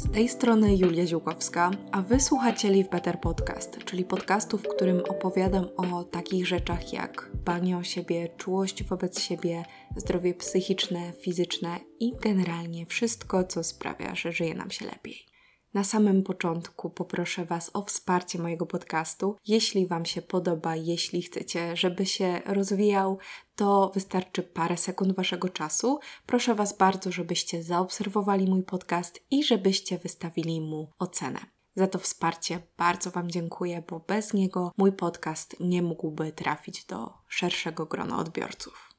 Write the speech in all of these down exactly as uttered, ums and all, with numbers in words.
Z tej strony Julia Ziółkowska, a Wy słuchacie Live Better Podcast, czyli podcastu, w którym opowiadam o takich rzeczach jak dbanie o siebie, czułość wobec siebie, zdrowie psychiczne, fizyczne i generalnie wszystko, co sprawia, że żyje nam się lepiej. Na samym początku poproszę Was o wsparcie mojego podcastu. Jeśli Wam się podoba, jeśli chcecie, żeby się rozwijał, to wystarczy parę sekund Waszego czasu. Proszę Was bardzo, żebyście zaobserwowali mój podcast i żebyście wystawili mu ocenę. Za to wsparcie bardzo Wam dziękuję, bo bez niego mój podcast nie mógłby trafić do szerszego grona odbiorców.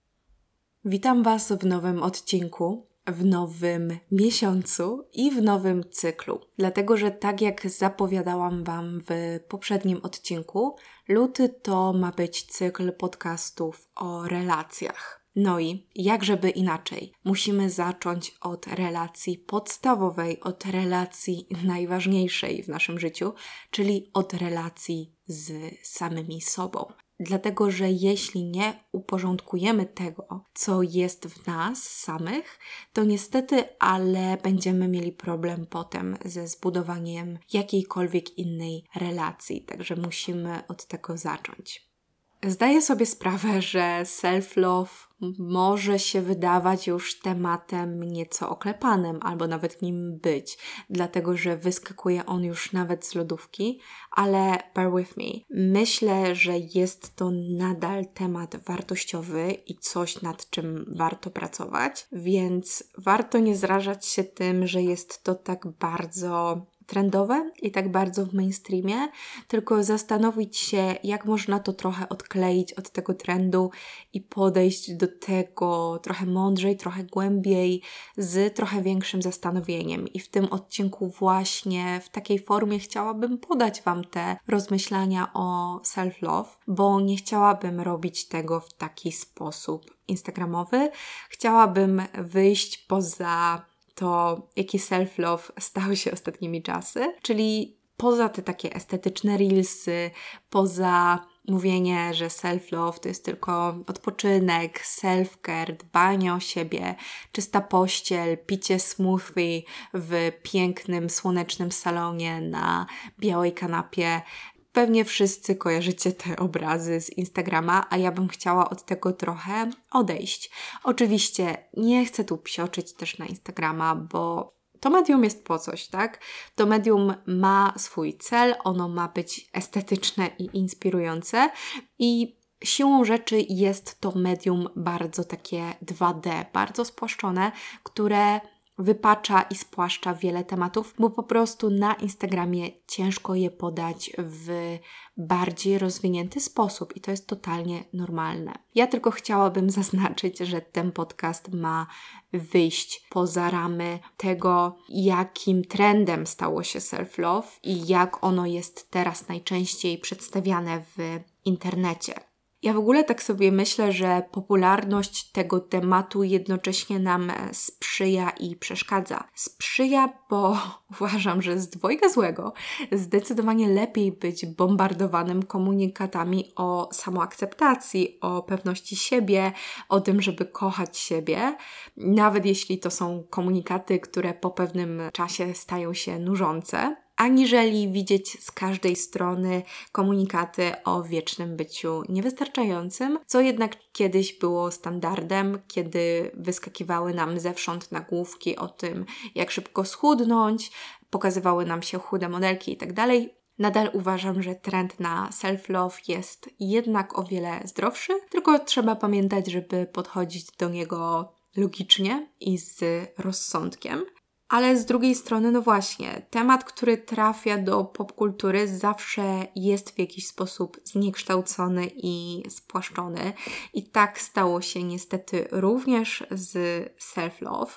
Witam Was w nowym odcinku, w nowym miesiącu i w nowym cyklu. Dlatego, że tak jak zapowiadałam Wam w poprzednim odcinku, luty to ma być cykl podcastów o relacjach. No i jakżeby inaczej, musimy zacząć od relacji podstawowej, od relacji najważniejszej w naszym życiu, czyli od relacji z samymi sobą. Dlatego, że jeśli nie uporządkujemy tego, co jest w nas samych, to niestety, ale będziemy mieli problem potem ze zbudowaniem jakiejkolwiek innej relacji. Także musimy od tego zacząć. Zdaję sobie sprawę, że self-love może się wydawać już tematem nieco oklepanym, albo nawet nim być, dlatego że wyskakuje on już nawet z lodówki, ale bear with me. Myślę, że jest to nadal temat wartościowy i coś, nad czym warto pracować, więc warto nie zrażać się tym, że jest to tak bardzo trendowe i tak bardzo w mainstreamie, tylko zastanowić się, jak można to trochę odkleić od tego trendu i podejść do tego trochę mądrzej, trochę głębiej, z trochę większym zastanowieniem. I w tym odcinku właśnie w takiej formie chciałabym podać Wam te rozmyślania o self-love, bo nie chciałabym robić tego w taki sposób instagramowy. Chciałabym wyjść poza to, jaki self-love stał się ostatnimi czasy, czyli poza te takie estetyczne reelsy, poza mówienie, że self-love to jest tylko odpoczynek, self-care, dbanie o siebie, czysta pościel, picie smoothie w pięknym, słonecznym salonie na białej kanapie. Pewnie wszyscy kojarzycie te obrazy z Instagrama, a ja bym chciała od tego trochę odejść. Oczywiście nie chcę tu psioczyć też na Instagrama, bo to medium jest po coś, tak? To medium ma swój cel, ono ma być estetyczne i inspirujące i siłą rzeczy jest to medium bardzo takie dwa D, bardzo spłaszczone, które wypacza i spłaszcza wiele tematów, bo po prostu na Instagramie ciężko je podać w bardziej rozwinięty sposób i to jest totalnie normalne. Ja tylko chciałabym zaznaczyć, że ten podcast ma wyjść poza ramy tego, jakim trendem stało się self-love i jak ono jest teraz najczęściej przedstawiane w internecie. Ja w ogóle tak sobie myślę, że popularność tego tematu jednocześnie nam sprzyja i przeszkadza. Sprzyja, bo uważam, że z dwojga złego zdecydowanie lepiej być bombardowanym komunikatami o samoakceptacji, o pewności siebie, o tym, żeby kochać siebie, nawet jeśli to są komunikaty, które po pewnym czasie stają się nużące, aniżeli widzieć z każdej strony komunikaty o wiecznym byciu niewystarczającym, co jednak kiedyś było standardem, kiedy wyskakiwały nam zewsząd nagłówki o tym, jak szybko schudnąć, pokazywały nam się chude modelki i tak dalej. Nadal uważam, że trend na self-love jest jednak o wiele zdrowszy, tylko trzeba pamiętać, żeby podchodzić do niego logicznie i z rozsądkiem. Ale z drugiej strony, no właśnie, temat, który trafia do popkultury zawsze jest w jakiś sposób zniekształcony i spłaszczony. I tak stało się niestety również z self-love,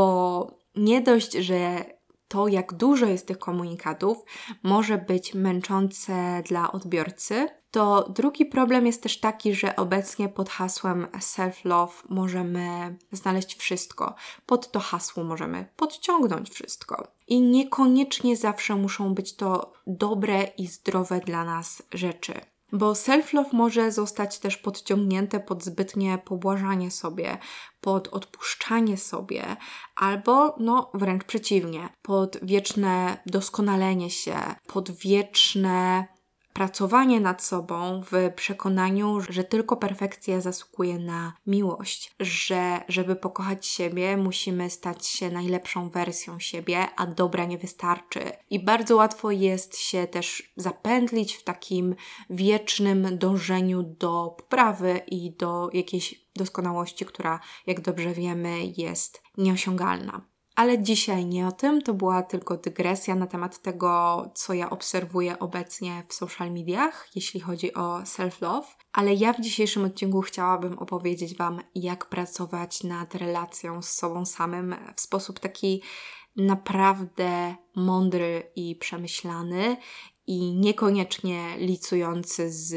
bo nie dość, że to, jak dużo jest tych komunikatów, może być męczące dla odbiorcy, to drugi problem jest też taki, że obecnie pod hasłem self-love możemy znaleźć wszystko. Pod to hasło możemy podciągnąć wszystko. I niekoniecznie zawsze muszą być to dobre i zdrowe dla nas rzeczy. Bo self-love może zostać też podciągnięte pod zbytnie pobłażanie sobie, pod odpuszczanie sobie, albo no wręcz przeciwnie, pod wieczne doskonalenie się, pod wieczne pracowanie nad sobą w przekonaniu, że tylko perfekcja zasługuje na miłość, że żeby pokochać siebie, musimy stać się najlepszą wersją siebie, a dobra nie wystarczy. I bardzo łatwo jest się też zapętlić w takim wiecznym dążeniu do poprawy i do jakiejś doskonałości, która, jak dobrze wiemy, jest nieosiągalna. Ale dzisiaj nie o tym, to była tylko dygresja na temat tego, co ja obserwuję obecnie w social mediach, jeśli chodzi o self-love. Ale ja w dzisiejszym odcinku chciałabym opowiedzieć Wam, jak pracować nad relacją z sobą samym w sposób taki naprawdę mądry i przemyślany i niekoniecznie licujący z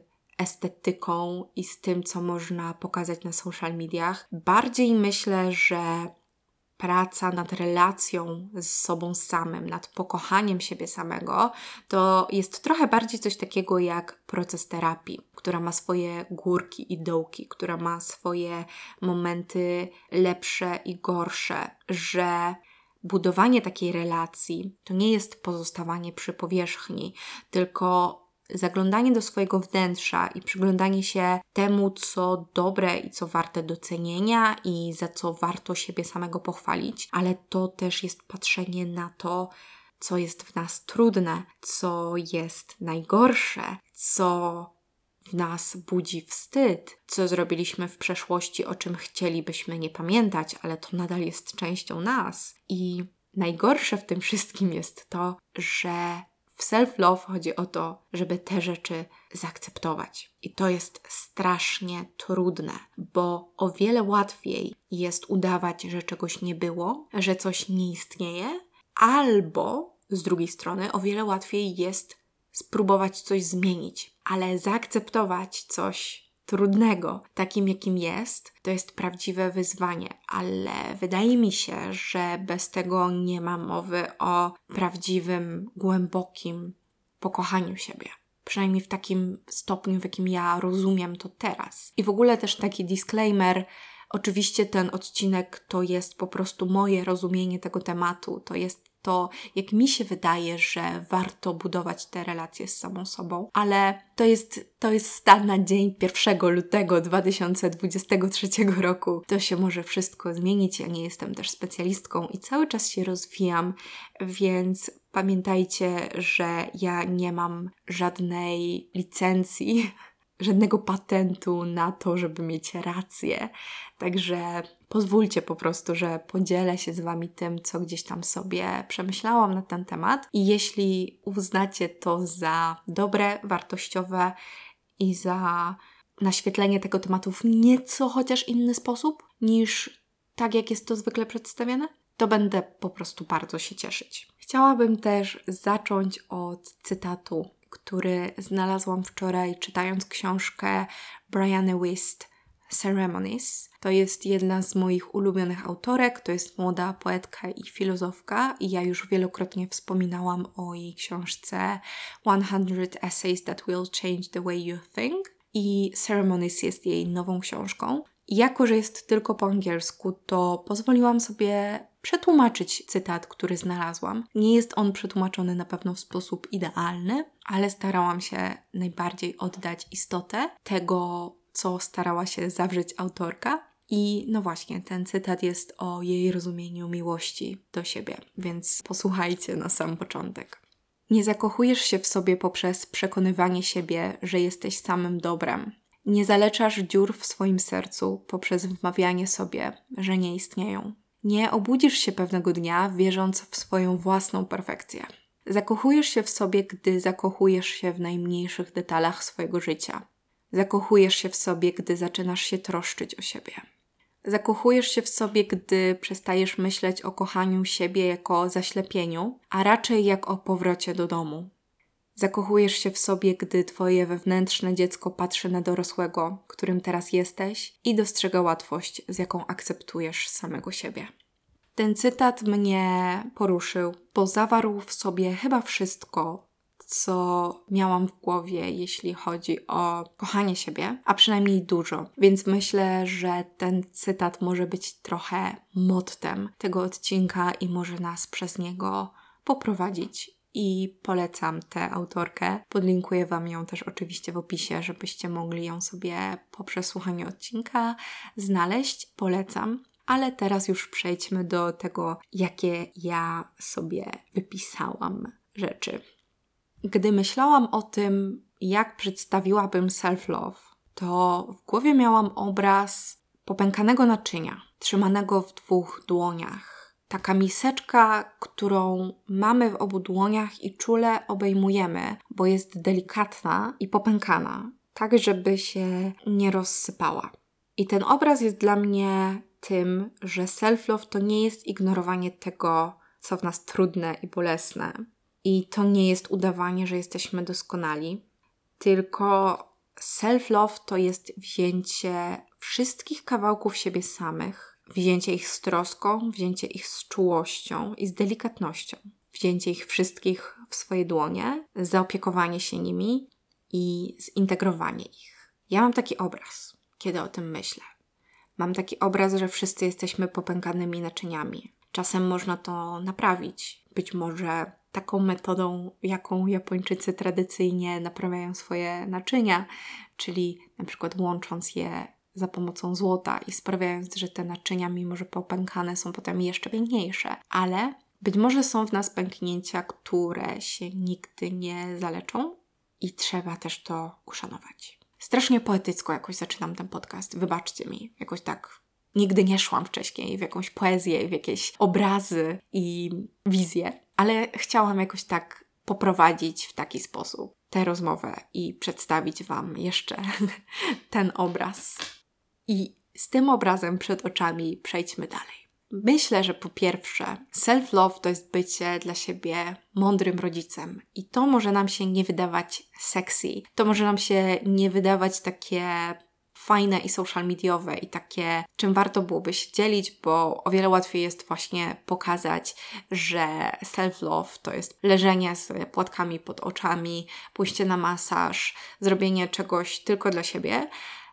estetyką i z tym, co można pokazać na social mediach. Bardziej myślę, że praca nad relacją z sobą samym, nad pokochaniem siebie samego, to jest trochę bardziej coś takiego jak proces terapii, która ma swoje górki i dołki, która ma swoje momenty lepsze i gorsze, że budowanie takiej relacji to nie jest pozostawanie przy powierzchni, tylko zaglądanie do swojego wnętrza i przyglądanie się temu, co dobre i co warte docenienia i za co warto siebie samego pochwalić, ale to też jest patrzenie na to, co jest w nas trudne, co jest najgorsze, co w nas budzi wstyd, co zrobiliśmy w przeszłości, o czym chcielibyśmy nie pamiętać, ale to nadal jest częścią nas. I najgorsze w tym wszystkim jest to, że w self-love chodzi o to, żeby te rzeczy zaakceptować. I to jest strasznie trudne, bo o wiele łatwiej jest udawać, że czegoś nie było, że coś nie istnieje, albo z drugiej strony o wiele łatwiej jest spróbować coś zmienić, ale zaakceptować coś trudnego, takim jakim jest, to jest prawdziwe wyzwanie, ale wydaje mi się, że bez tego nie ma mowy o prawdziwym, głębokim pokochaniu siebie. Przynajmniej w takim stopniu, w jakim ja rozumiem to teraz. I w ogóle też taki disclaimer, oczywiście ten odcinek to jest po prostu moje rozumienie tego tematu, to jest to, jak mi się wydaje, że warto budować te relacje z samą sobą, ale to jest, to jest stan na dzień pierwszego lutego dwa tysiące dwudziestego trzeciego roku. To się może wszystko zmienić, ja nie jestem też specjalistką i cały czas się rozwijam, więc pamiętajcie, że ja nie mam żadnej licencji, żadnego patentu na to, żeby mieć rację. Także pozwólcie po prostu, że podzielę się z Wami tym, co gdzieś tam sobie przemyślałam na ten temat. I jeśli uznacie to za dobre, wartościowe i za naświetlenie tego tematu w nieco chociaż inny sposób niż tak, jak jest to zwykle przedstawiane, to będę po prostu bardzo się cieszyć. Chciałabym też zacząć od cytatu, który znalazłam wczoraj, czytając książkę Brianny Wiest Ceremonies. To jest jedna z moich ulubionych autorek, to jest młoda poetka i filozofka i ja już wielokrotnie wspominałam o jej książce sto Essays That Will Change the Way You Think i Ceremonies jest jej nową książką. I jako, że jest tylko po angielsku, to pozwoliłam sobie przetłumaczyć cytat, który znalazłam. Nie jest on przetłumaczony na pewno w sposób idealny, ale starałam się najbardziej oddać istotę tego, co starała się zawrzeć autorka. I no właśnie, ten cytat jest o jej rozumieniu miłości do siebie, więc posłuchajcie na sam początek. Nie zakochujesz się w sobie poprzez przekonywanie siebie, że jesteś samym dobrem. Nie zaleczasz dziur w swoim sercu poprzez wmawianie sobie, że nie istnieją. Nie obudzisz się pewnego dnia, wierząc w swoją własną perfekcję. Zakochujesz się w sobie, gdy zakochujesz się w najmniejszych detalach swojego życia. Zakochujesz się w sobie, gdy zaczynasz się troszczyć o siebie. Zakochujesz się w sobie, gdy przestajesz myśleć o kochaniu siebie jako zaślepieniu, a raczej jak o powrocie do domu. Zakochujesz się w sobie, gdy twoje wewnętrzne dziecko patrzy na dorosłego, którym teraz jesteś i dostrzega łatwość, z jaką akceptujesz samego siebie. Ten cytat mnie poruszył, bo zawarł w sobie chyba wszystko, co miałam w głowie, jeśli chodzi o kochanie siebie, a przynajmniej dużo. Więc myślę, że ten cytat może być trochę mottem tego odcinka i może nas przez niego poprowadzić. I polecam tę autorkę. Podlinkuję Wam ją też oczywiście w opisie, żebyście mogli ją sobie po przesłuchaniu odcinka znaleźć. Polecam. Ale teraz już przejdźmy do tego, jakie ja sobie wypisałam rzeczy. Gdy myślałam o tym, jak przedstawiłabym self-love, to w głowie miałam obraz popękanego naczynia, trzymanego w dwóch dłoniach. Taka miseczka, którą mamy w obu dłoniach i czule obejmujemy, bo jest delikatna i popękana, tak żeby się nie rozsypała. I ten obraz jest dla mnie tym, że self-love to nie jest ignorowanie tego, co w nas trudne i bolesne. I to nie jest udawanie, że jesteśmy doskonali, tylko self-love to jest wzięcie wszystkich kawałków siebie samych, wzięcie ich z troską, wzięcie ich z czułością i z delikatnością, wzięcie ich wszystkich w swoje dłonie, zaopiekowanie się nimi i zintegrowanie ich. Ja mam taki obraz, kiedy o tym myślę. Mam taki obraz, że wszyscy jesteśmy popękanymi naczyniami. Czasem można to naprawić. Być może taką metodą, jaką Japończycy tradycyjnie naprawiają swoje naczynia, czyli na przykład łącząc je za pomocą złota i sprawiając, że te naczynia, mimo że popękane, są potem jeszcze piękniejsze. Ale być może są w nas pęknięcia, które się nigdy nie zaleczą i trzeba też to uszanować. Strasznie poetycko jakoś zaczynam ten podcast, wybaczcie mi, jakoś tak nigdy nie szłam wcześniej w jakąś poezję, w jakieś obrazy i wizje, ale chciałam jakoś tak poprowadzić w taki sposób tę rozmowę i przedstawić Wam jeszcze ten obraz. I z tym obrazem przed oczami przejdźmy dalej. Myślę, że po pierwsze self-love to jest bycie dla siebie mądrym rodzicem i to może nam się nie wydawać sexy, to może nam się nie wydawać takie fajne i social mediowe i takie, czym warto byłoby się dzielić, bo o wiele łatwiej jest właśnie pokazać, że self-love to jest leżenie z płatkami pod oczami, pójście na masaż, zrobienie czegoś tylko dla siebie,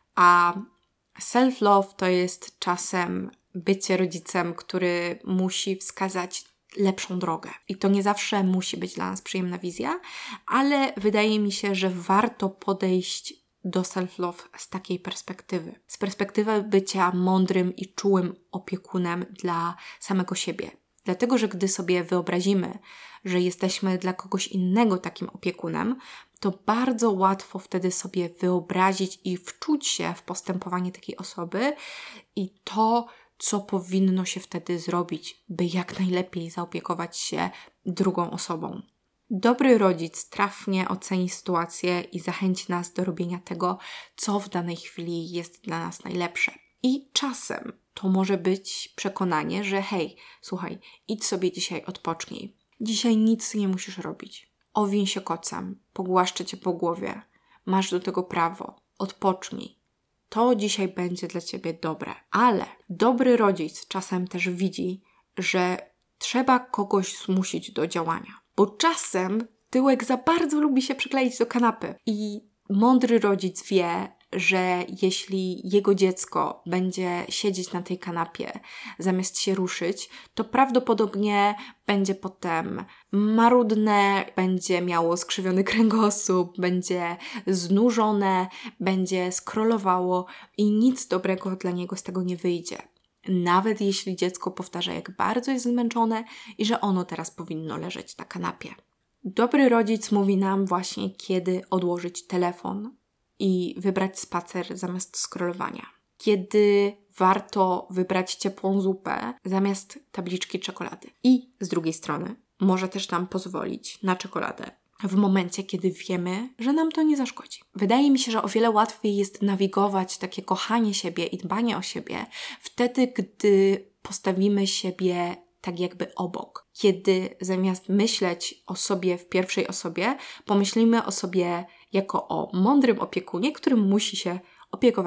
a self-love to jest czasem bycie rodzicem, który musi wskazać lepszą drogę. I to nie zawsze musi być dla nas przyjemna wizja, ale wydaje mi się, że warto podejść do self-love z takiej perspektywy. Z perspektywy bycia mądrym i czułym opiekunem dla samego siebie. Dlatego, że gdy sobie wyobrazimy, że jesteśmy dla kogoś innego takim opiekunem, to bardzo łatwo wtedy sobie wyobrazić i wczuć się w postępowanie takiej osoby i to, co powinno się wtedy zrobić, by jak najlepiej zaopiekować się drugą osobą. Dobry rodzic trafnie oceni sytuację i zachęci nas do robienia tego, co w danej chwili jest dla nas najlepsze. I czasem to może być przekonanie, że hej, słuchaj, idź sobie dzisiaj odpocznij. Dzisiaj nic nie musisz robić. Owiń się kocem, pogłaszczę cię po głowie. Masz do tego prawo. Odpocznij. To dzisiaj będzie dla ciebie dobre. Ale dobry rodzic czasem też widzi, że trzeba kogoś zmusić do działania. Bo czasem tyłek za bardzo lubi się przykleić do kanapy. I mądry rodzic wie, że jeśli jego dziecko będzie siedzieć na tej kanapie zamiast się ruszyć, to prawdopodobnie będzie potem marudne, będzie miało skrzywiony kręgosłup, będzie znużone, będzie scrollowało i nic dobrego dla niego z tego nie wyjdzie. Nawet jeśli dziecko powtarza, jak bardzo jest zmęczone i że ono teraz powinno leżeć na kanapie. Dobry rodzic mówi nam właśnie, kiedy odłożyć telefon i wybrać spacer zamiast scrollowania. Kiedy warto wybrać ciepłą zupę zamiast tabliczki czekolady. I z drugiej strony może też nam pozwolić na czekoladę w momencie, kiedy wiemy, że nam to nie zaszkodzi. Wydaje mi się, że o wiele łatwiej jest nawigować takie kochanie siebie i dbanie o siebie wtedy, gdy postawimy siebie tak jakby obok. Kiedy zamiast myśleć o sobie w pierwszej osobie, pomyślimy o sobie jako o mądrym opiekunie, który musi się opiekować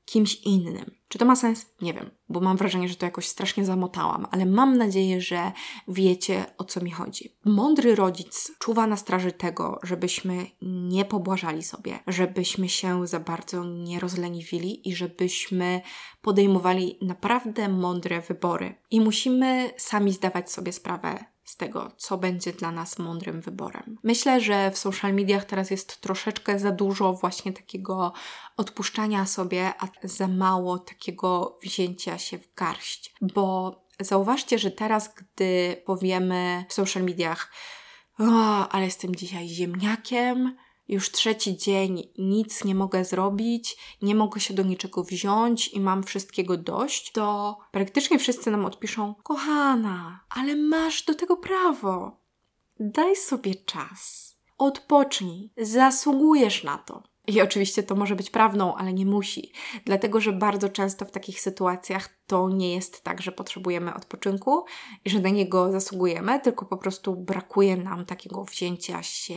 kimś innym. Czy to ma sens? Nie wiem, bo mam wrażenie, że to jakoś strasznie zamotałam, ale mam nadzieję, że wiecie, o co mi chodzi. Mądry rodzic czuwa na straży tego, żebyśmy nie pobłażali sobie, żebyśmy się za bardzo nie rozleniwili i żebyśmy podejmowali naprawdę mądre wybory. I musimy sami zdawać sobie sprawę z tego, co będzie dla nas mądrym wyborem. Myślę, że w social mediach teraz jest troszeczkę za dużo właśnie takiego odpuszczania sobie, a za mało takiego wzięcia się w garść. Bo zauważcie, że teraz, gdy powiemy w social mediach o, ale jestem dzisiaj ziemniakiem, już trzeci dzień nic nie mogę zrobić, nie mogę się do niczego wziąć i mam wszystkiego dość, to praktycznie wszyscy nam odpiszą: kochana, ale masz do tego prawo. Daj sobie czas. Odpocznij. Zasługujesz na to. I oczywiście to może być prawdą, ale nie musi. Dlatego, że bardzo często w takich sytuacjach to nie jest tak, że potrzebujemy odpoczynku i że na niego zasługujemy, tylko po prostu brakuje nam takiego wzięcia się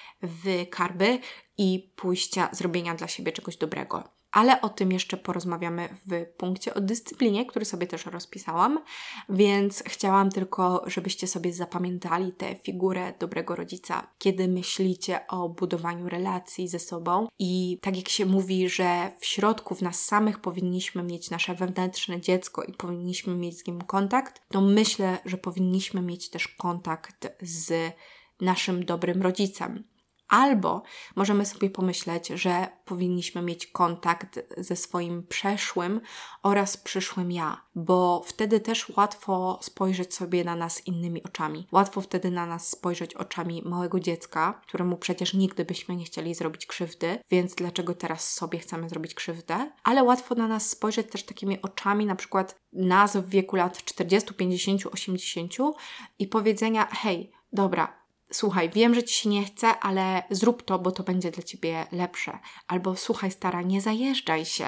w karby i pójścia, zrobienia dla siebie czegoś dobrego. Ale o tym jeszcze porozmawiamy w punkcie o dyscyplinie, który sobie też rozpisałam, więc chciałam tylko, żebyście sobie zapamiętali tę figurę dobrego rodzica, kiedy myślicie o budowaniu relacji ze sobą. I tak jak się mówi, że w środku w nas samych powinniśmy mieć nasze wewnętrzne dziecko i powinniśmy mieć z nim kontakt, to myślę, że powinniśmy mieć też kontakt z naszym dobrym rodzicem. Albo możemy sobie pomyśleć, że powinniśmy mieć kontakt ze swoim przeszłym oraz przyszłym ja, bo wtedy też łatwo spojrzeć sobie na nas innymi oczami. Łatwo wtedy na nas spojrzeć oczami małego dziecka, któremu przecież nigdy byśmy nie chcieli zrobić krzywdy, więc dlaczego teraz sobie chcemy zrobić krzywdę? Ale łatwo na nas spojrzeć też takimi oczami, na przykład nas w wieku lat czterdziestu, pięćdziesięciu, osiemdziesięciu i powiedzenia: hej, dobra, słuchaj, wiem, że Ci się nie chce, ale zrób to, bo to będzie dla Ciebie lepsze. Albo słuchaj, stara, nie zajeżdżaj się.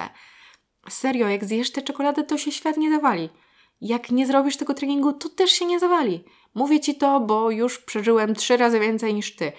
Serio, jak zjesz tę czekoladę, to się świat nie zawali. Jak nie zrobisz tego treningu, to też się nie zawali. Mówię Ci to, bo już przeżyłem trzy razy więcej niż Ty.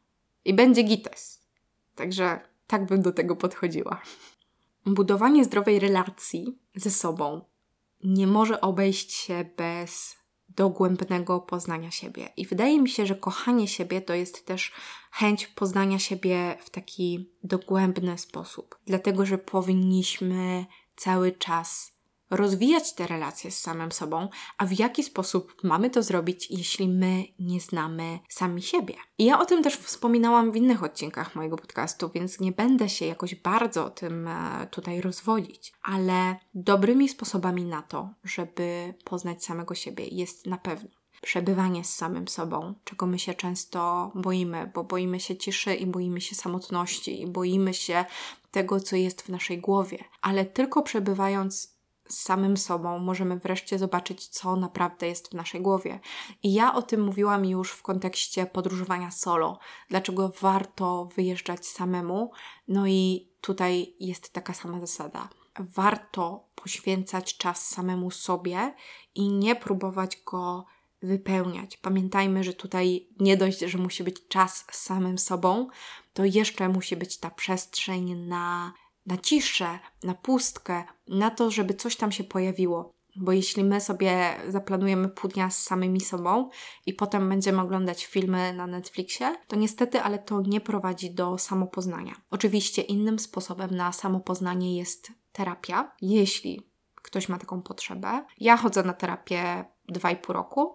I będzie gites. Także tak bym do tego podchodziła. Budowanie zdrowej relacji ze sobą nie może obejść się bez dogłębnego poznania siebie. I wydaje mi się, że kochanie siebie to jest też chęć poznania siebie w taki dogłębny sposób. Dlatego, że powinniśmy cały czas rozwijać te relacje z samym sobą, a w jaki sposób mamy to zrobić, jeśli my nie znamy sami siebie. I ja o tym też wspominałam w innych odcinkach mojego podcastu, więc nie będę się jakoś bardzo o tym tutaj rozwodzić, ale dobrymi sposobami na to, żeby poznać samego siebie, jest na pewno przebywanie z samym sobą, czego my się często boimy, bo boimy się ciszy i boimy się samotności i boimy się tego, co jest w naszej głowie, ale tylko przebywając z samym sobą możemy wreszcie zobaczyć, co naprawdę jest w naszej głowie. I ja o tym mówiłam już w kontekście podróżowania solo. Dlaczego warto wyjeżdżać samemu? No i tutaj jest taka sama zasada. Warto poświęcać czas samemu sobie i nie próbować go wypełniać. Pamiętajmy, że tutaj nie dość, że musi być czas z samym sobą, to jeszcze musi być ta przestrzeń na na ciszę, na pustkę, na to, żeby coś tam się pojawiło. Bo jeśli my sobie zaplanujemy pół dnia z samymi sobą i potem będziemy oglądać filmy na Netflixie, to niestety, ale to nie prowadzi do samopoznania. Oczywiście innym sposobem na samopoznanie jest terapia, jeśli ktoś ma taką potrzebę. Ja chodzę na terapię dwa i pół roku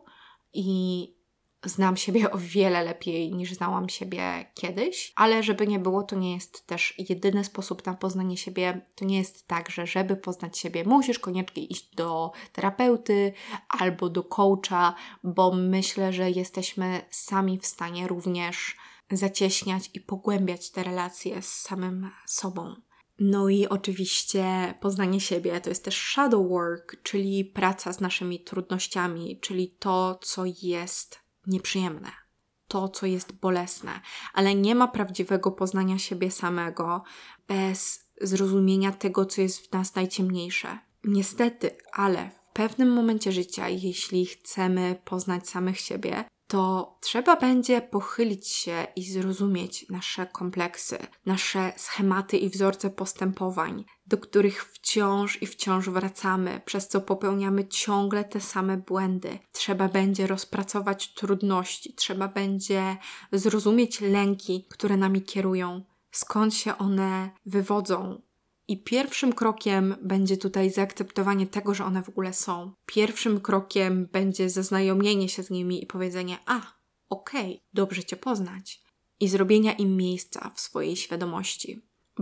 i znam siebie o wiele lepiej niż znałam siebie kiedyś, ale żeby nie było, to nie jest też jedyny sposób na poznanie siebie. To nie jest tak, że żeby poznać siebie musisz koniecznie iść do terapeuty albo do coacha, bo myślę, że jesteśmy sami w stanie również zacieśniać i pogłębiać te relacje z samym sobą. No i oczywiście poznanie siebie to jest też shadow work, czyli praca z naszymi trudnościami, czyli to, co jest nieprzyjemne, to, co jest bolesne, ale nie ma prawdziwego poznania siebie samego bez zrozumienia tego, co jest w nas najciemniejsze. Niestety, ale w pewnym momencie życia, jeśli chcemy poznać samych siebie, to trzeba będzie pochylić się i zrozumieć nasze kompleksy, nasze schematy i wzorce postępowań, do których wciąż i wciąż wracamy, przez co popełniamy ciągle te same błędy. Trzeba będzie rozpracować trudności, trzeba będzie zrozumieć lęki, które nami kierują, skąd się one wywodzą. I pierwszym krokiem będzie tutaj zaakceptowanie tego, że one w ogóle są. Pierwszym krokiem będzie zaznajomienie się z nimi i powiedzenie: a, okej, okay, dobrze Cię poznać. I zrobienia im miejsca w swojej świadomości.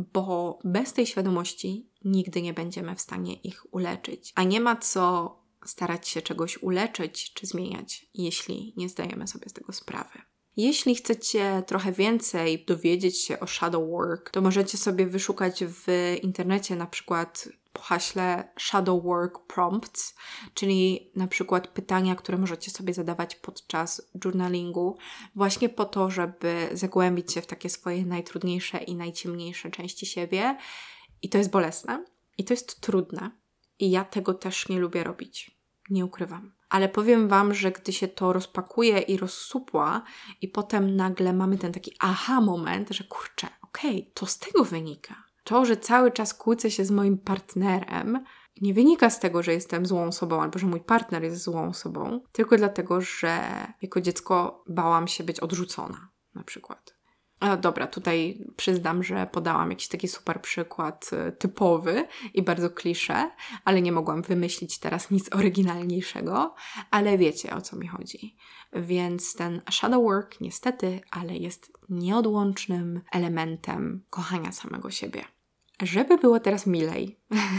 Bo bez tej świadomości nigdy nie będziemy w stanie ich uleczyć. A nie ma co starać się czegoś uleczyć czy zmieniać, jeśli nie zdajemy sobie z tego sprawy. Jeśli chcecie trochę więcej dowiedzieć się o shadow work, to możecie sobie wyszukać w internecie na przykład po haśle shadow work prompts, czyli na przykład pytania, które możecie sobie zadawać podczas journalingu, właśnie po to, żeby zagłębić się w takie swoje najtrudniejsze i najciemniejsze części siebie. I to jest bolesne, i to jest trudne. I ja tego też nie lubię robić. Nie ukrywam. Ale powiem Wam, że gdy się to rozpakuje i rozsupła i potem nagle mamy ten taki aha moment, że kurczę, okej, okay, to z tego wynika. To, że cały czas kłócę się z moim partnerem, nie wynika z tego, że jestem złą osobą albo że mój partner jest złą osobą, tylko dlatego, że jako dziecko bałam się być odrzucona, na przykład. A dobra, tutaj przyznam, że podałam jakiś taki super przykład typowy i bardzo klisze, ale nie mogłam wymyślić teraz nic oryginalniejszego, ale wiecie, o co mi chodzi. Więc ten shadow work niestety, ale jest nieodłącznym elementem kochania samego siebie. Żeby było teraz milej,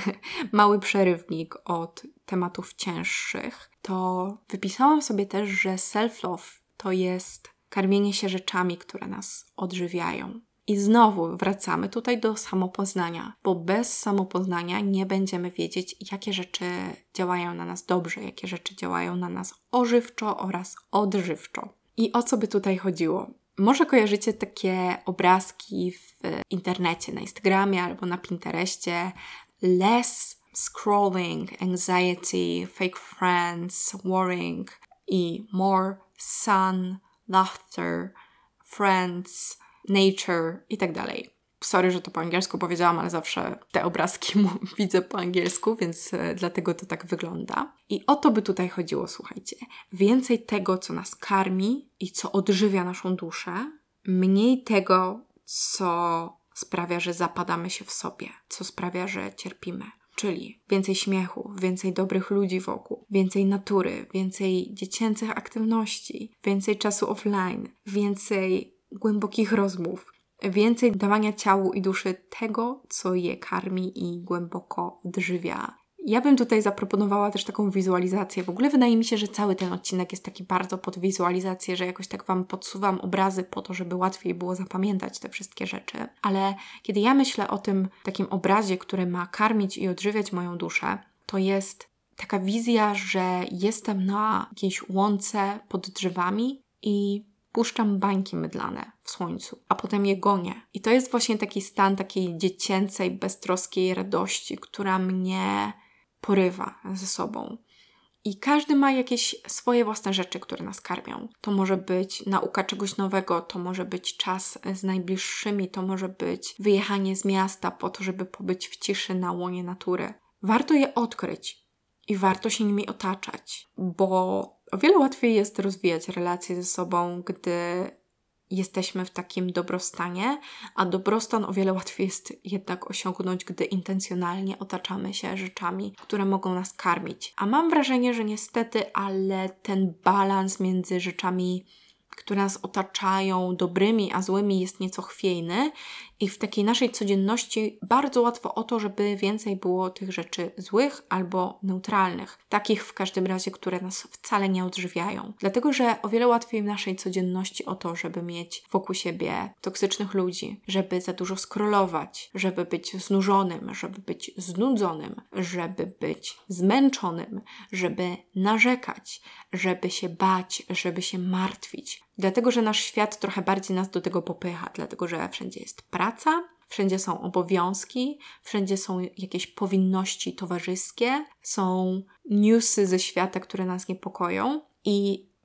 mały przerywnik od tematów cięższych, to wypisałam sobie też, że self-love to jest karmienie się rzeczami, które nas odżywiają. I znowu wracamy tutaj do samopoznania, bo bez samopoznania nie będziemy wiedzieć, jakie rzeczy działają na nas dobrze, jakie rzeczy działają na nas ożywczo oraz odżywczo. I o co by tutaj chodziło? Może kojarzycie takie obrazki w internecie, na Instagramie albo na Pinterestie. Less scrolling, anxiety, fake friends, worrying i more sun, laughter, friends, nature i tak dalej. Sorry, że to po angielsku powiedziałam, ale zawsze te obrazki widzę po angielsku, więc dlatego to tak wygląda. I o to by tutaj chodziło, słuchajcie. Więcej tego, co nas karmi i co odżywia naszą duszę, mniej tego, co sprawia, że zapadamy się w sobie, co sprawia, że cierpimy. Czyli więcej śmiechu, więcej dobrych ludzi wokół, więcej natury, więcej dziecięcych aktywności, więcej czasu offline, więcej głębokich rozmów, więcej dawania ciału i duszy tego, co je karmi i głęboko odżywia. Ja bym tutaj zaproponowała też taką wizualizację. W ogóle wydaje mi się, że cały ten odcinek jest taki bardzo pod wizualizację, że jakoś tak Wam podsuwam obrazy po to, żeby łatwiej było zapamiętać te wszystkie rzeczy. Ale kiedy ja myślę o tym takim obrazie, który ma karmić i odżywiać moją duszę, to jest taka wizja, że jestem na jakiejś łące pod drzewami i puszczam bańki mydlane w słońcu, a potem je gonię. I to jest właśnie taki stan takiej dziecięcej, beztroskiej radości, która mnie porywa ze sobą. I każdy ma jakieś swoje własne rzeczy, które nas karmią. To może być nauka czegoś nowego, to może być czas z najbliższymi, to może być wyjechanie z miasta po to, żeby pobyć w ciszy na łonie natury. Warto je odkryć i warto się nimi otaczać, bo o wiele łatwiej jest rozwijać relacje ze sobą, gdy jesteśmy w takim dobrostanie, a dobrostan o wiele łatwiej jest jednak osiągnąć, gdy intencjonalnie otaczamy się rzeczami, które mogą nas karmić. A mam wrażenie, że niestety, ale ten balans między rzeczami, które nas otaczają, dobrymi a złymi, jest nieco chwiejny i w takiej naszej codzienności bardzo łatwo o to, żeby więcej było tych rzeczy złych albo neutralnych. Takich w każdym razie, które nas wcale nie odżywiają. Dlatego, że o wiele łatwiej w naszej codzienności o to, żeby mieć wokół siebie toksycznych ludzi, żeby za dużo scrollować, żeby być znużonym, żeby być znudzonym, żeby być zmęczonym, żeby narzekać, żeby się bać, żeby się martwić. Dlatego, że nasz świat trochę bardziej nas do tego popycha, dlatego, że wszędzie jest praca, wszędzie są obowiązki, wszędzie są jakieś powinności towarzyskie, są newsy ze świata, które nas niepokoją i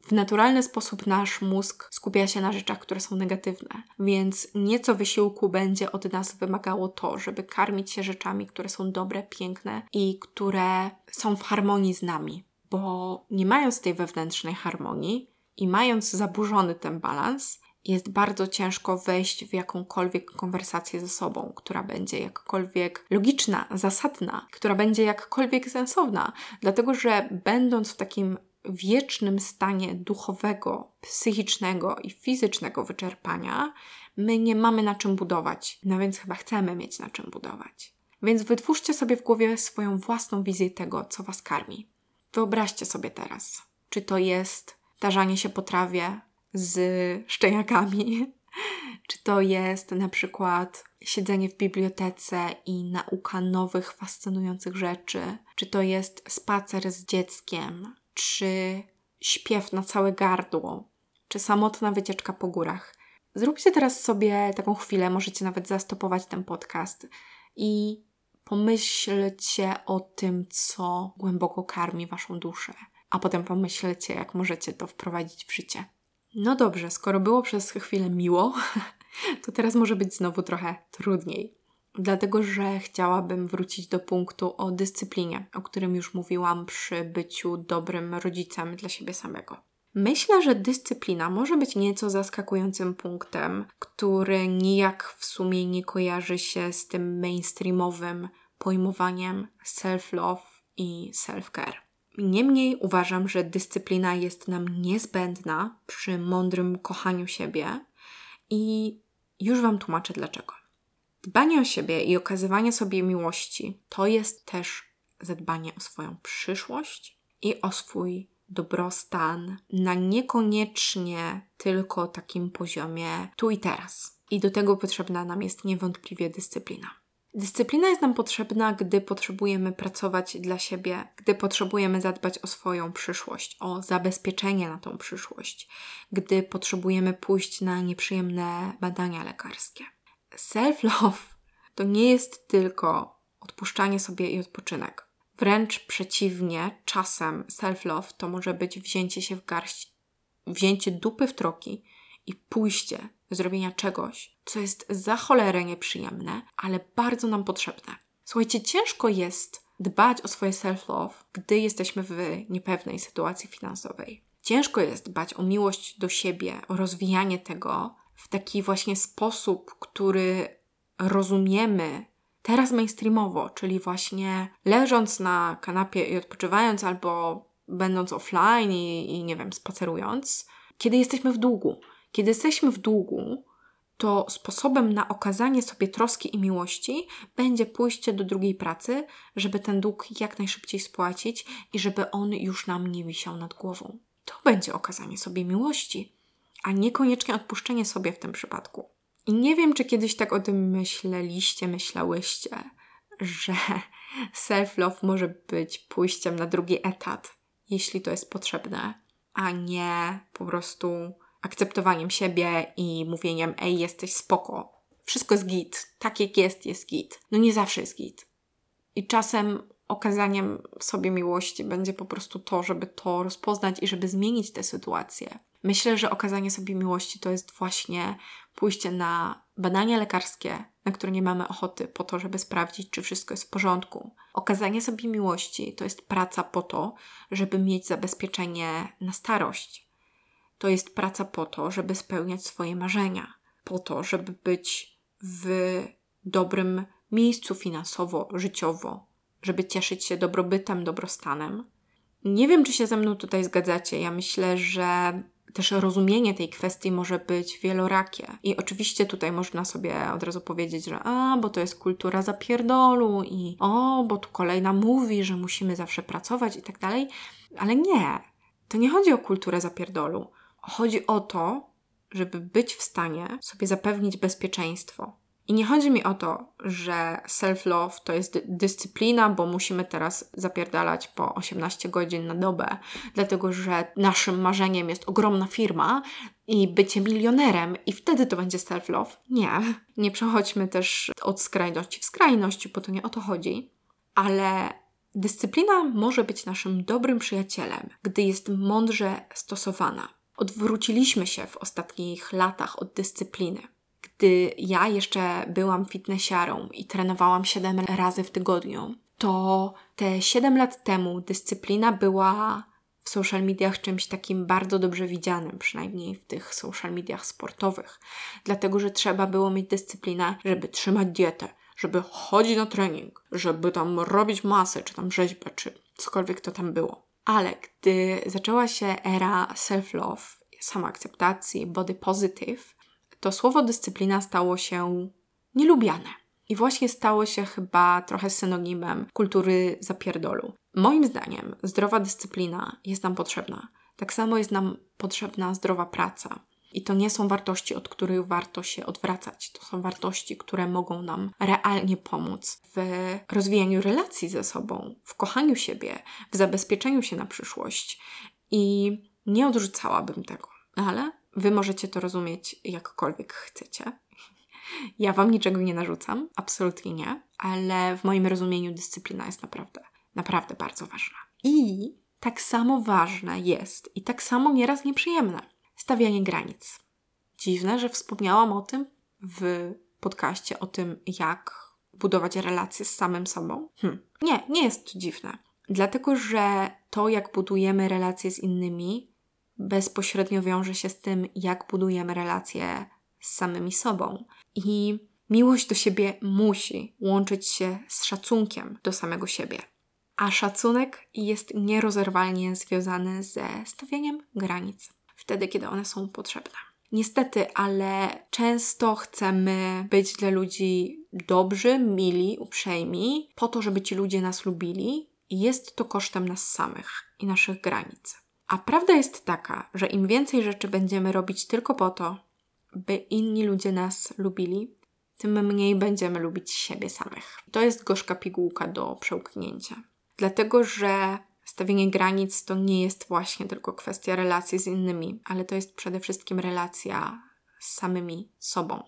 W naturalny sposób nasz mózg skupia się na rzeczach, które są negatywne, więc nieco wysiłku będzie od nas wymagało to, żeby karmić się rzeczami, które są dobre, piękne i które są w harmonii z nami. Bo nie mając tej wewnętrznej harmonii i mając zaburzony ten balans, jest bardzo ciężko wejść w jakąkolwiek konwersację ze sobą, która będzie jakkolwiek logiczna, zasadna, która będzie jakkolwiek sensowna, dlatego że będąc w takim wiecznym stanie duchowego, psychicznego i fizycznego wyczerpania, my nie mamy na czym budować, no więc chyba chcemy mieć na czym budować. Więc wytwórzcie sobie w głowie swoją własną wizję tego, co Was karmi. Wyobraźcie sobie teraz, czy to jest tarzanie się po trawie z szczeniakami, czy to jest na przykład siedzenie w bibliotece i nauka nowych, fascynujących rzeczy, czy to jest spacer z dzieckiem, czy śpiew na całe gardło, czy samotna wycieczka po górach. Zróbcie teraz sobie taką chwilę, możecie nawet zastopować ten podcast i pomyślcie o tym, co głęboko karmi Waszą duszę, a potem pomyślcie, jak możecie to wprowadzić w życie. No dobrze, skoro było przez chwilę miło, to teraz może być znowu trochę trudniej. Dlatego, że chciałabym wrócić do punktu o dyscyplinie, o którym już mówiłam przy byciu dobrym rodzicem dla siebie samego. Myślę, że dyscyplina może być nieco zaskakującym punktem, który nijak w sumie nie kojarzy się z tym mainstreamowym pojmowaniem self-love i self-care. Niemniej uważam, że dyscyplina jest nam niezbędna przy mądrym kochaniu siebie i już Wam tłumaczę dlaczego. Dbanie o siebie i okazywanie sobie miłości to jest też zadbanie o swoją przyszłość i o swój dobrostan na niekoniecznie tylko takim poziomie tu i teraz. I do tego potrzebna nam jest niewątpliwie dyscyplina. Dyscyplina jest nam potrzebna, gdy potrzebujemy pracować dla siebie, gdy potrzebujemy zadbać o swoją przyszłość, o zabezpieczenie na tą przyszłość, gdy potrzebujemy pójść na nieprzyjemne badania lekarskie. Self-love to nie jest tylko odpuszczanie sobie i odpoczynek. Wręcz przeciwnie, czasem self-love to może być wzięcie się w garść, wzięcie dupy w troki i pójście do zrobienia czegoś, co jest za cholerę nieprzyjemne, ale bardzo nam potrzebne. Słuchajcie, ciężko jest dbać o swoje self-love, gdy jesteśmy w niepewnej sytuacji finansowej. Ciężko jest dbać o miłość do siebie, o rozwijanie tego w taki właśnie sposób, który rozumiemy teraz mainstreamowo, czyli właśnie leżąc na kanapie i odpoczywając albo będąc offline i, i nie wiem, spacerując, kiedy jesteśmy w długu. Kiedy jesteśmy w długu, to sposobem na okazanie sobie troski i miłości będzie pójście do drugiej pracy, żeby ten dług jak najszybciej spłacić i żeby on już nam nie wisiał nad głową. To będzie okazanie sobie miłości, a niekoniecznie odpuszczenie sobie w tym przypadku. I nie wiem, czy kiedyś tak o tym myśleliście, myślałyście, że self-love może być pójściem na drugi etat, jeśli to jest potrzebne, a nie po prostu akceptowaniem siebie i mówieniem: ej, jesteś spoko, wszystko jest git, tak jak jest, jest git. No nie zawsze jest git. I czasem okazaniem sobie miłości będzie po prostu to, żeby to rozpoznać i żeby zmienić tę sytuację. Myślę, że okazanie sobie miłości to jest właśnie pójście na badania lekarskie, na które nie mamy ochoty, po to, żeby sprawdzić, czy wszystko jest w porządku. Okazanie sobie miłości to jest praca po to, żeby mieć zabezpieczenie na starość. To jest praca po to, żeby spełniać swoje marzenia. Po to, żeby być w dobrym miejscu finansowo, życiowo. Żeby cieszyć się dobrobytem, dobrostanem. Nie wiem, czy się ze mną tutaj zgadzacie. Ja myślę, że też rozumienie tej kwestii może być wielorakie. I oczywiście tutaj można sobie od razu powiedzieć, że a, bo to jest kultura zapierdolu i o, bo tu kolejna mówi, że musimy zawsze pracować i tak dalej. Ale nie. To nie chodzi o kulturę zapierdolu. Chodzi o to, żeby być w stanie sobie zapewnić bezpieczeństwo. I nie chodzi mi o to, że self-love to jest dy- dyscyplina, bo musimy teraz zapierdalać po osiemnaście godzin na dobę, dlatego że naszym marzeniem jest ogromna firma i bycie milionerem i wtedy to będzie self-love. Nie. Nie przechodźmy też od skrajności w skrajność, bo to nie o to chodzi. Ale Dyscyplina może być naszym dobrym przyjacielem, gdy jest mądrze stosowana. Odwróciliśmy się w ostatnich latach od dyscypliny. Gdy ja jeszcze byłam fitnessiarą i trenowałam siedem razy w tygodniu, to te siedem lat temu dyscyplina była w social mediach czymś takim bardzo dobrze widzianym, przynajmniej w tych social mediach sportowych. Dlatego, że trzeba było mieć dyscyplinę, żeby trzymać dietę, żeby chodzić na trening, żeby tam robić masę, czy tam rzeźbę, czy cokolwiek to tam było. Ale gdy zaczęła się era self-love, samoakceptacji, body positive, to słowo dyscyplina stało się nielubiane. I właśnie stało się chyba trochę synonimem kultury zapierdolu. Moim zdaniem zdrowa dyscyplina jest nam potrzebna. Tak samo jest nam potrzebna zdrowa praca. I to nie są wartości, od których warto się odwracać. To są wartości, które mogą nam realnie pomóc w rozwijaniu relacji ze sobą, w kochaniu siebie, w zabezpieczeniu się na przyszłość. I nie odrzucałabym tego. Ale Wy możecie to rozumieć jakkolwiek chcecie. Ja Wam niczego nie narzucam, absolutnie nie, ale w moim rozumieniu dyscyplina jest naprawdę, naprawdę bardzo ważna. I tak samo ważne jest i tak samo nieraz nieprzyjemne stawianie granic. Dziwne, że wspomniałam o tym w podcaście, o tym, jak budować relacje z samym sobą. Hm. Nie, nie jest to dziwne. Dlatego, że to, jak budujemy relacje z innymi, bezpośrednio wiąże się z tym, jak budujemy relacje z samymi sobą. I miłość do siebie musi łączyć się z szacunkiem do samego siebie. A szacunek jest nierozerwalnie związany ze stawianiem granic, wtedy, kiedy one są potrzebne. Niestety, ale często chcemy być dla ludzi dobrzy, mili, uprzejmi, po to, żeby ci ludzie nas lubili i jest to kosztem nas samych i naszych granic. A prawda jest taka, że im więcej rzeczy będziemy robić tylko po to, by inni ludzie nas lubili, tym mniej będziemy lubić siebie samych. To jest gorzka pigułka do przełknięcia. Dlatego, że stawienie granic to nie jest właśnie tylko kwestia relacji z innymi, ale to jest przede wszystkim relacja z samymi sobą.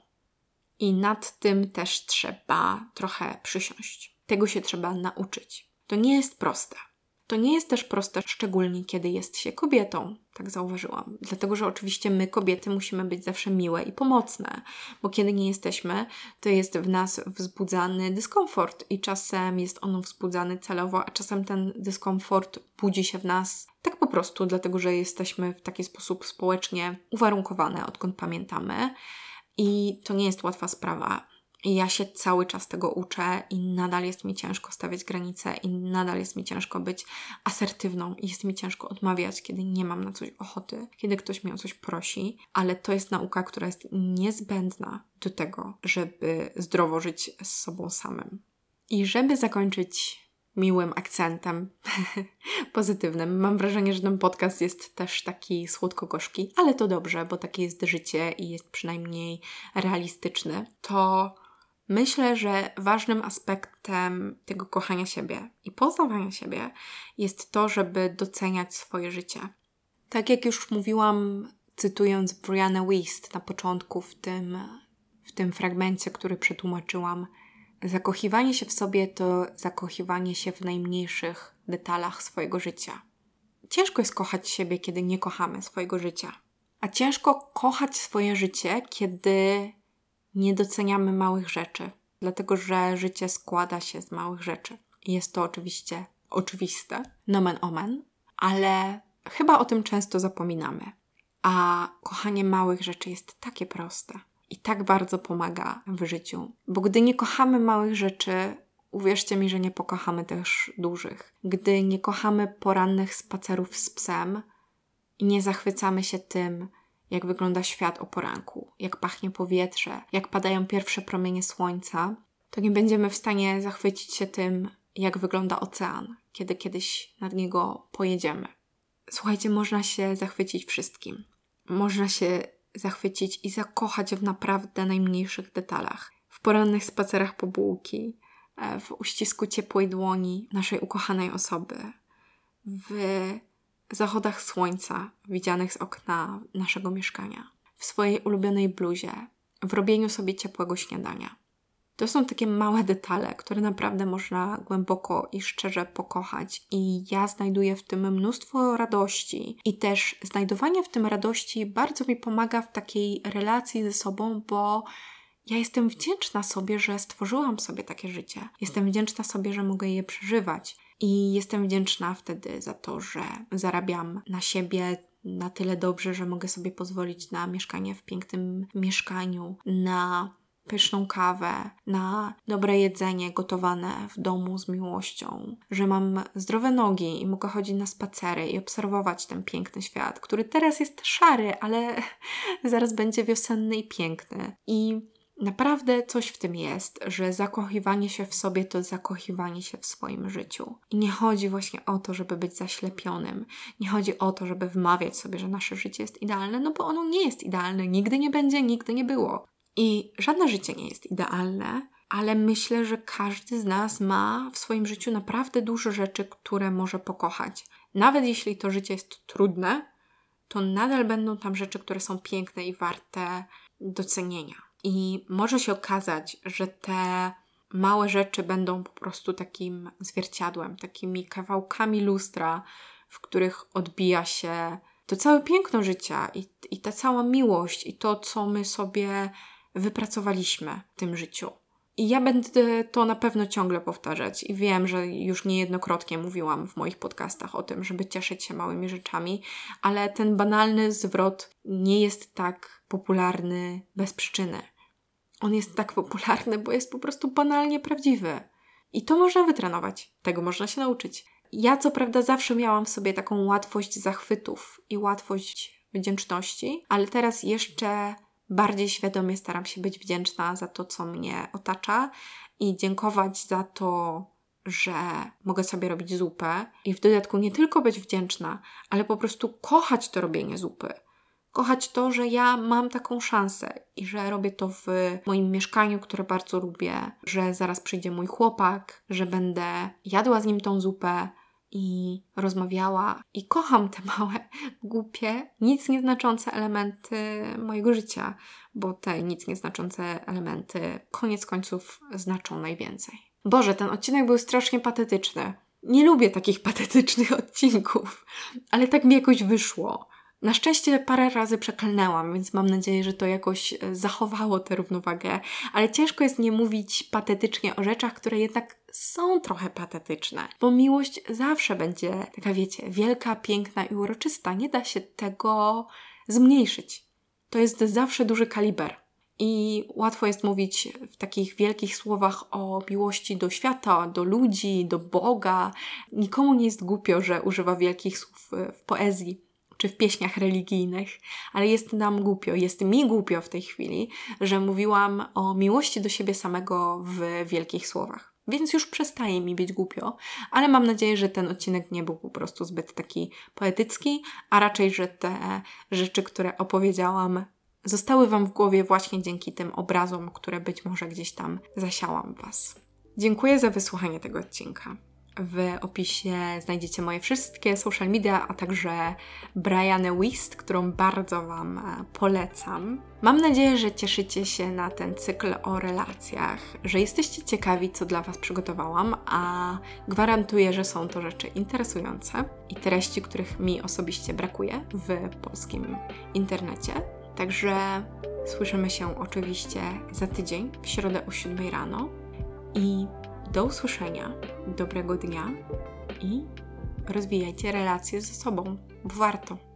I nad tym też trzeba trochę przysiąść. Tego się trzeba nauczyć. To nie jest proste. To nie jest też proste, szczególnie kiedy jest się kobietą, tak zauważyłam. Dlatego, że oczywiście my, kobiety, musimy być zawsze miłe i pomocne, bo kiedy nie jesteśmy, to jest w nas wzbudzany dyskomfort i czasem jest on wzbudzany celowo, a czasem ten dyskomfort budzi się w nas tak po prostu, dlatego, że jesteśmy w taki sposób społecznie uwarunkowane, odkąd pamiętamy. I to nie jest łatwa sprawa. I ja się cały czas tego uczę i nadal jest mi ciężko stawiać granice i nadal jest mi ciężko być asertywną i jest mi ciężko odmawiać, kiedy nie mam na coś ochoty, kiedy ktoś mnie o coś prosi, ale to jest nauka, która jest niezbędna do tego, żeby zdrowo żyć z sobą samym. I żeby zakończyć miłym akcentem pozytywnym. Mam wrażenie, że ten podcast jest też taki słodko-gorzki, ale to dobrze, bo takie jest życie i jest przynajmniej realistyczny. To myślę, że ważnym aspektem tego kochania siebie i poznawania siebie jest to, żeby doceniać swoje życie. Tak jak już mówiłam, cytując Briannę Wiest na początku w tym, w tym fragmencie, który przetłumaczyłam, zakochiwanie się w sobie to zakochiwanie się w najmniejszych detalach swojego życia. Ciężko jest kochać siebie, kiedy nie kochamy swojego życia. A ciężko kochać swoje życie, kiedy nie doceniamy małych rzeczy. Dlatego, że życie składa się z małych rzeczy. I jest to oczywiście oczywiste, nomen omen, ale chyba o tym często zapominamy. A kochanie małych rzeczy jest takie proste. I tak bardzo pomaga w życiu. Bo gdy nie kochamy małych rzeczy, uwierzcie mi, że nie pokochamy też dużych. Gdy nie kochamy porannych spacerów z psem i nie zachwycamy się tym, jak wygląda świat o poranku, jak pachnie powietrze, jak padają pierwsze promienie słońca, to nie będziemy w stanie zachwycić się tym, jak wygląda ocean, kiedy kiedyś nad niego pojedziemy. Słuchajcie, można się zachwycić wszystkim. Można się zachwycić i zakochać w naprawdę najmniejszych detalach. W porannych spacerach po bułki, w uścisku ciepłej dłoni naszej ukochanej osoby, w zachodach słońca widzianych z okna naszego mieszkania, w swojej ulubionej bluzie, w robieniu sobie ciepłego śniadania. To są takie małe detale, które naprawdę można głęboko i szczerze pokochać. I ja znajduję w tym mnóstwo radości. I też znajdowanie w tym radości bardzo mi pomaga w takiej relacji ze sobą, bo ja jestem wdzięczna sobie, że stworzyłam sobie takie życie. Jestem wdzięczna sobie, że mogę je przeżywać. I jestem wdzięczna wtedy za to, że zarabiam na siebie na tyle dobrze, że mogę sobie pozwolić na mieszkanie w pięknym mieszkaniu, na pyszną kawę, na dobre jedzenie gotowane w domu z miłością, że mam zdrowe nogi i mogę chodzić na spacery i obserwować ten piękny świat, który teraz jest szary, ale zaraz będzie wiosenny i piękny. I naprawdę coś w tym jest, że zakochiwanie się w sobie to zakochiwanie się w swoim życiu. I nie chodzi właśnie o to, żeby być zaślepionym. Nie chodzi o to, żeby wmawiać sobie, że nasze życie jest idealne, no bo ono nie jest idealne. Nigdy nie będzie, nigdy nie było. I żadne życie nie jest idealne, ale myślę, że każdy z nas ma w swoim życiu naprawdę dużo rzeczy, które może pokochać. Nawet jeśli to życie jest trudne, to nadal będą tam rzeczy, które są piękne i warte docenienia. I może się okazać, że te małe rzeczy będą po prostu takim zwierciadłem, takimi kawałkami lustra, w których odbija się to całe piękno życia i, i ta cała miłość i to, co my sobie wypracowaliśmy w tym życiu. I ja będę to na pewno ciągle powtarzać i wiem, że już niejednokrotnie mówiłam w moich podcastach o tym, żeby cieszyć się małymi rzeczami, ale ten banalny zwrot nie jest tak popularny bez przyczyny. On jest tak popularny, bo jest po prostu banalnie prawdziwy. I to można wytrenować, tego można się nauczyć. Ja co prawda zawsze miałam w sobie taką łatwość zachwytów i łatwość wdzięczności, ale teraz jeszcze bardziej świadomie staram się być wdzięczna za to, co mnie otacza i dziękować za to, że mogę sobie robić zupę i w dodatku nie tylko być wdzięczna, ale po prostu kochać to robienie zupy. Kochać to, że ja mam taką szansę i że robię to w moim mieszkaniu, które bardzo lubię, że zaraz przyjdzie mój chłopak, że będę jadła z nim tą zupę i rozmawiała i kocham te małe, głupie, nic nieznaczące elementy mojego życia, bo te nic nieznaczące elementy koniec końców znaczą najwięcej. Boże, ten odcinek był strasznie patetyczny. Nie lubię takich patetycznych odcinków, ale tak mi jakoś wyszło. Na szczęście parę razy przeklnęłam, więc mam nadzieję, że to jakoś zachowało tę równowagę, ale ciężko jest nie mówić patetycznie o rzeczach, które jednak są trochę patetyczne, bo miłość zawsze będzie taka, wiecie, wielka, piękna i uroczysta. Nie da się tego zmniejszyć. To jest zawsze duży kaliber. I łatwo jest mówić w takich wielkich słowach o miłości do świata, do ludzi, do Boga. Nikomu nie jest głupio, że używa wielkich słów w poezji czy w pieśniach religijnych, ale jest nam głupio, jest mi głupio w tej chwili, że mówiłam o miłości do siebie samego w wielkich słowach. Więc już przestaje mi być głupio, ale mam nadzieję, że ten odcinek nie był po prostu zbyt taki poetycki, a raczej, że te rzeczy, które opowiedziałam, zostały Wam w głowie właśnie dzięki tym obrazom, które być może gdzieś tam zasiałam w Was. Dziękuję za wysłuchanie tego odcinka. W opisie znajdziecie moje wszystkie social media, a także Brianę Wist, którą bardzo Wam polecam. Mam nadzieję, że cieszycie się na ten cykl o relacjach, że jesteście ciekawi, co dla Was przygotowałam, a gwarantuję, że są to rzeczy interesujące i treści, których mi osobiście brakuje w polskim internecie. Także słyszymy się oczywiście za tydzień, w środę o siódmej rano i do usłyszenia, dobrego dnia i rozwijajcie relacje ze sobą, bo warto.